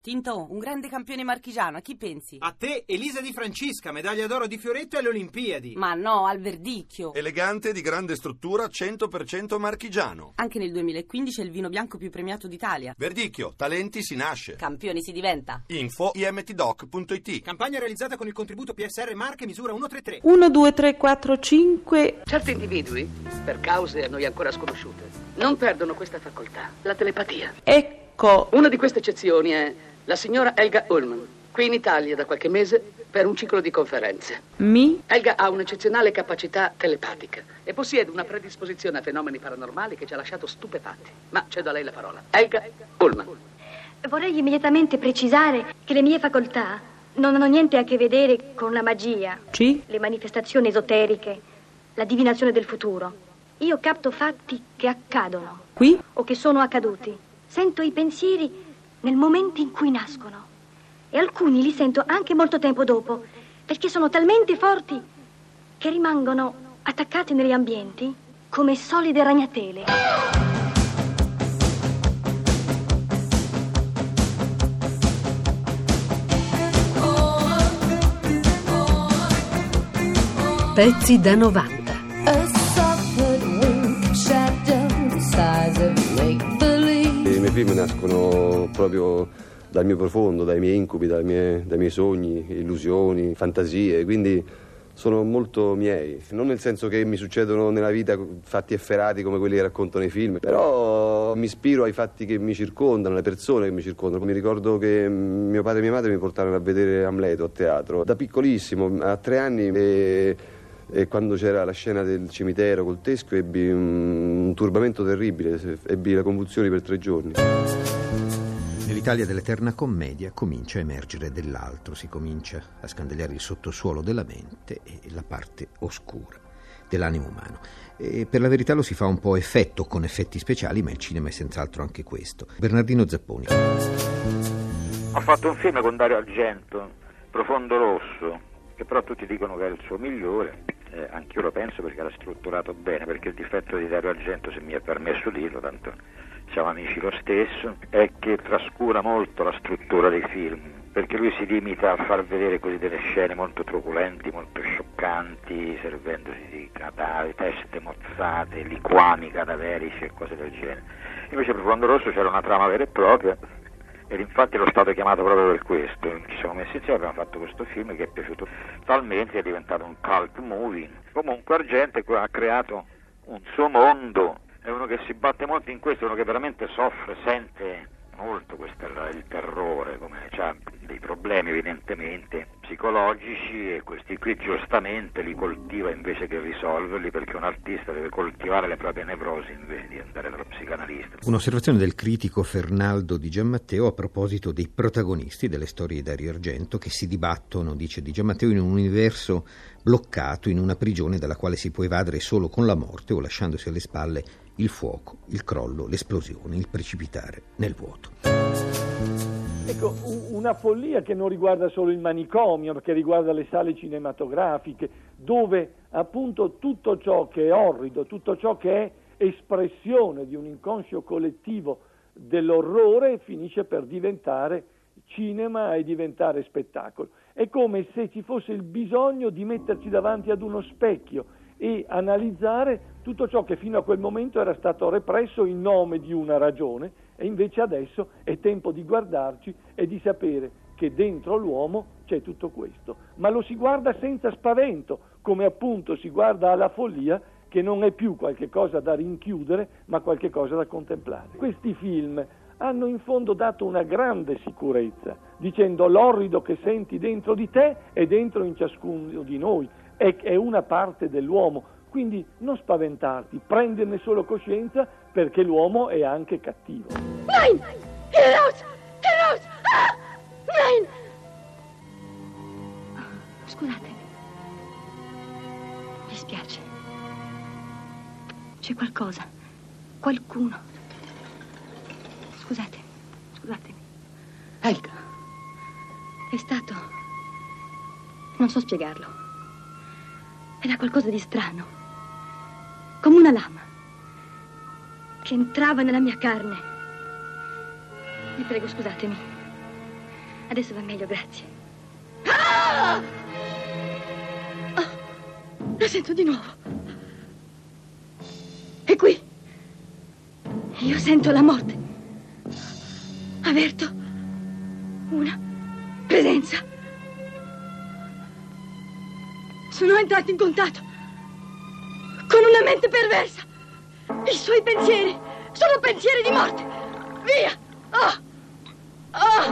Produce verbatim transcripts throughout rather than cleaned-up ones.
Tinto, un grande campione marchigiano, a chi pensi? A te, Elisa Di Francisca, medaglia d'oro di Fioretto alle Olimpiadi. Ma no, al Verdicchio. Elegante, di grande struttura, cento per cento marchigiano. Anche nel duemilaquindici è il vino bianco più premiato d'Italia. Verdicchio, talenti si nasce. Campioni si diventa. Info i m t doc punto i t. Campagna realizzata con il contributo P S R Marche misura uno tre tre. uno, due, tre, quattro, cinque. Certi individui, per cause a noi ancora sconosciute, non perdono questa facoltà, la telepatia. Ecco. Una di queste eccezioni è la signora Helga Ullman, qui in Italia da qualche mese per un ciclo di conferenze. Mi? Helga ha un'eccezionale capacità telepatica e possiede una predisposizione a fenomeni paranormali che ci ha lasciato stupefatti. Ma cedo a lei la parola. Helga Ullman. Vorrei immediatamente precisare che le mie facoltà non hanno niente a che vedere con la magia, Sì? le manifestazioni esoteriche, la divinazione del futuro. Io capto fatti che accadono Qui? o che sono accaduti. Sento i pensieri nel momento in cui nascono e alcuni li sento anche molto tempo dopo, perché sono talmente forti che rimangono attaccati negli ambienti come solide ragnatele. Pezzi da novanta. I miei film nascono proprio dal mio profondo, dai miei incubi, dai miei, dai miei sogni, illusioni, fantasie, quindi sono molto miei, non nel senso che mi succedono nella vita fatti efferati come quelli che racconto nei film, però mi ispiro ai fatti che mi circondano, alle persone che mi circondano. Mi ricordo che mio padre e mia madre mi portarono a vedere Amleto a teatro, da piccolissimo, a tre anni, e... E quando c'era la scena del cimitero col teschio ebbi un, un turbamento terribile, ebbi le convulsioni per tre giorni. Nell'Italia dell'eterna commedia comincia a emergere dell'altro, si comincia a scandagliare il sottosuolo della mente e la parte oscura dell'animo umano. E per la verità lo si fa un po' effetto, con effetti speciali, ma il cinema è senz'altro anche questo. Bernardino Zapponi. Ho fatto un film con Dario Argento, Profondo Rosso, che però tutti dicono che è il suo migliore. Eh, anch'io lo penso, perché l'ha strutturato bene, perché il difetto di Dario Argento, se mi è permesso dirlo, tanto siamo amici lo stesso, è che trascura molto la struttura dei film, perché lui si limita a far vedere così delle scene molto truculenti, molto scioccanti, servendosi di cadaveri, teste mozzate, liquami cadaverici e cose del genere. Invece Profondo Rosso c'era una trama vera e propria, ed infatti ero stato chiamato proprio per questo. Ci siamo messi insieme, abbiamo fatto questo film che è piaciuto talmente che è diventato un cult movie. Comunque Argento ha creato un suo mondo, è uno che si batte molto in questo, è uno che veramente soffre, sente molto questo, il terrore, come c'ha dei problemi evidentemente psicologici, e questi qui giustamente li coltiva invece che risolverli, perché un artista deve coltivare le proprie nevrosi invece di andare dallo psicanalista. Un'osservazione del critico Fernaldo Di Giammatteo a proposito dei protagonisti delle storie di Dario Argento, che si dibattono, dice Di Giammatteo, in un universo bloccato, in una prigione dalla quale si può evadere solo con la morte o lasciandosi alle spalle il fuoco, il crollo, l'esplosione, il precipitare nel vuoto. Ecco, una follia che non riguarda solo il manicomio, perché riguarda le sale cinematografiche, dove appunto tutto ciò che è orrido, tutto ciò che è espressione di un inconscio collettivo dell'orrore finisce per diventare cinema e diventare spettacolo. È come se ci fosse il bisogno di metterci davanti ad uno specchio e analizzare tutto ciò che fino a quel momento era stato represso in nome di una ragione, e invece adesso è tempo di guardarci e di sapere che dentro l'uomo c'è tutto questo, ma lo si guarda senza spavento, come appunto si guarda alla follia, che non è più qualche cosa da rinchiudere, ma qualche cosa da contemplare. Questi film hanno in fondo dato una grande sicurezza, dicendo l'orrido che senti dentro di te è dentro in ciascuno di noi, è, è una parte dell'uomo, quindi non spaventarti, prenderne solo coscienza, perché l'uomo è anche cattivo. Nein! Heraus! Heraus! Ah! Nein! Scusate. Mi dispiace. C'è qualcosa. Qualcuno. Scusate. Scusatemi. Helga. È stato... non so spiegarlo. Era qualcosa di strano. Come una lama che entrava nella mia carne. Vi prego, scusatemi. Adesso va meglio, grazie. Ah! Oh, la sento di nuovo. E qui io sento la morte. Avverto una presenza. Sono entrato in contatto con una mente perversa. I suoi pensieri sono pensieri di morte. Via! Ah! Ah!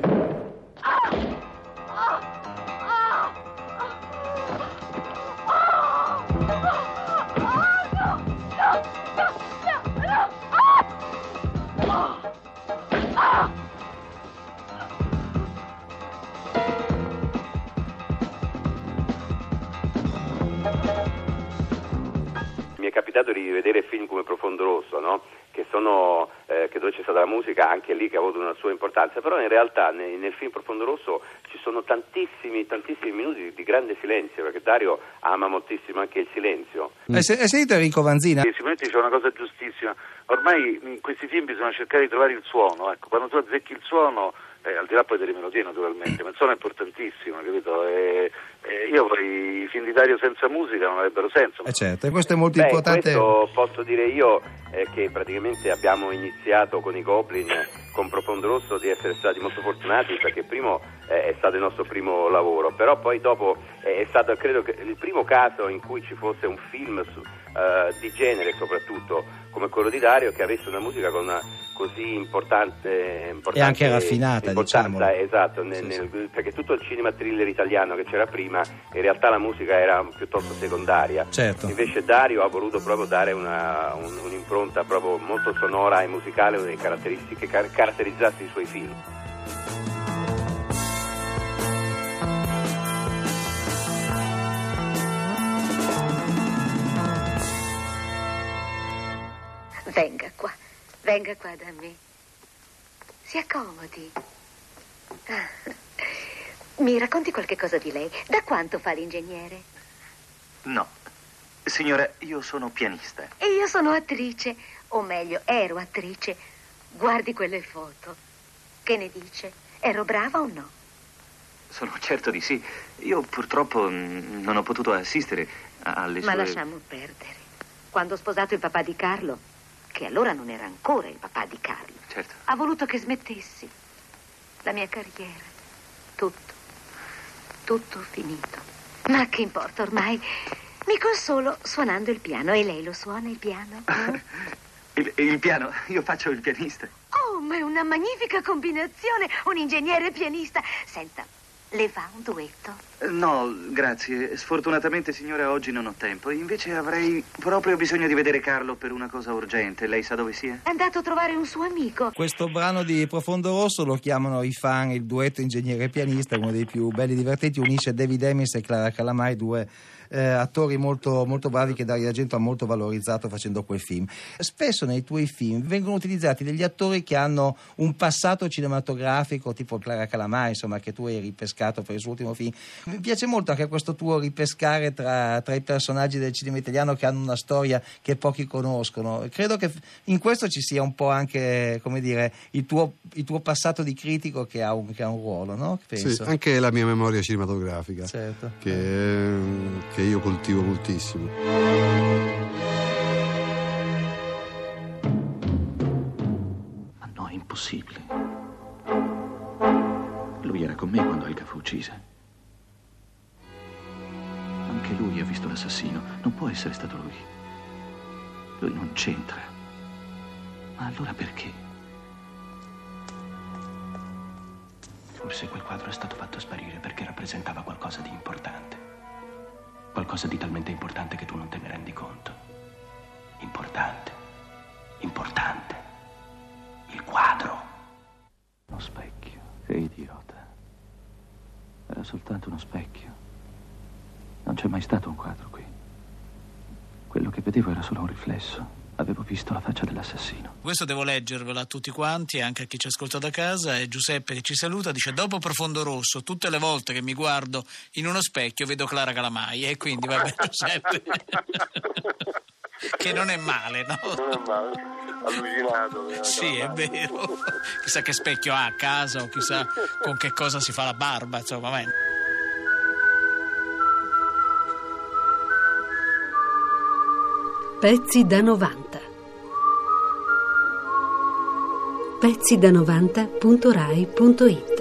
Mi è capitato di vedere film come Profondo Rosso, no? Che sono eh, che dove c'è stata la musica, anche lì che ha avuto una sua importanza, però in realtà nel, nel film Profondo Rosso ci sono tantissimi tantissimi minuti di, di grande silenzio, perché Dario ama moltissimo anche il silenzio. Hai, hai sentito Enrico Vanzina? Sì, sicuramente c'è una cosa giustissima. Ormai in questi film bisogna cercare di trovare il suono, ecco, quando tu azzecchi il suono, eh, al di là poi delle melodie naturalmente, ma il suono è importantissimo, capito? E, e io poi i film di Dario senza musica non avrebbero senso. Eh certo, e questo è molto Beh, importante. Questo posso dire io eh, che praticamente abbiamo iniziato con i Goblin, con Profondo Rosso, di essere stati molto fortunati, perché primo eh, è stato il nostro primo lavoro, però poi dopo eh, è stato, credo, che il primo caso in cui ci fosse un film su, eh, di genere, soprattutto come quello di Dario, che avesse una musica con una così importante, importante e anche raffinata, diciamo. Esatto, nel, sì, nel, sì. Perché tutto il cinema thriller italiano che c'era prima, in realtà la musica era piuttosto secondaria. Certo. Invece Dario ha voluto proprio dare una, un, un'impronta proprio molto sonora e musicale, delle caratteristiche che caratterizzasse i suoi film. Venga qua, venga qua da me. Si accomodi. Ah. Mi racconti qualche cosa di lei? Da quanto fa l'ingegnere? No, signora, io sono pianista. E io sono attrice, o meglio, ero attrice. Guardi quelle foto. Che ne dice? Ero brava o no? Sono certo di sì. Io purtroppo non ho potuto assistere alle Ma sue... lasciamo perdere. Quando ho sposato il papà di Carlo, che allora non era ancora il papà di Carlo, certo, ha voluto che smettessi. La mia carriera, tutto, tutto finito. Ma che importa ormai? Mi consolo suonando il piano. E lei lo suona il piano? No? il, il piano? Io faccio il pianista. Oh, ma è una magnifica combinazione, un ingegnere pianista. Senta, le va un duetto? No, grazie. Sfortunatamente, signora, oggi non ho tempo. Invece avrei proprio bisogno di vedere Carlo per una cosa urgente. Lei sa dove sia? È andato a trovare un suo amico. Questo brano di Profondo Rosso lo chiamano i fan il duetto ingegnere pianista, uno dei più belli e divertenti. Unisce David Hemmings e Clara Calamai, due eh, attori molto, molto bravi che Dario Argento ha molto valorizzato facendo quel film. Spesso nei tuoi film vengono utilizzati degli attori che hanno un passato cinematografico, tipo Clara Calamai, insomma, che tu hai ripescato per il suo ultimo film. Mi piace molto anche questo tuo ripescare tra, tra i personaggi del cinema italiano che hanno una storia che pochi conoscono. Credo che in questo ci sia un po' anche, come dire, il tuo, il tuo passato di critico che ha un, che ha un ruolo, no? Penso. Sì, anche la mia memoria cinematografica, certo, che, che io coltivo moltissimo. Ma no, è impossibile. Lui era con me quando Elga fu uccisa. Anche lui ha visto l'assassino. Non può essere stato lui. Lui non c'entra. Ma allora perché? Forse quel quadro è stato fatto sparire perché rappresentava qualcosa di importante. Qualcosa di talmente importante che tu non te ne rendi conto. Importante. Importante. Il quadro. Uno specchio. Che idiota. Era soltanto uno specchio. Non c'è mai stato un quadro qui. Quello che vedevo era solo un riflesso. Avevo visto la faccia dell'assassino. Questo devo leggervelo a tutti quanti, anche a chi ci ascolta da casa. È Giuseppe che ci saluta, dice: dopo Profondo Rosso, tutte le volte che mi guardo in uno specchio vedo Clara Calamai. E quindi va bene, Giuseppe. Che non è male, no? Non è male, allucinato. Sì, è vero. Chissà che specchio ha a casa o chissà con che cosa si fa la barba, insomma. Vai. Pezzi da novanta. Pezzi da novanta punto rai punto it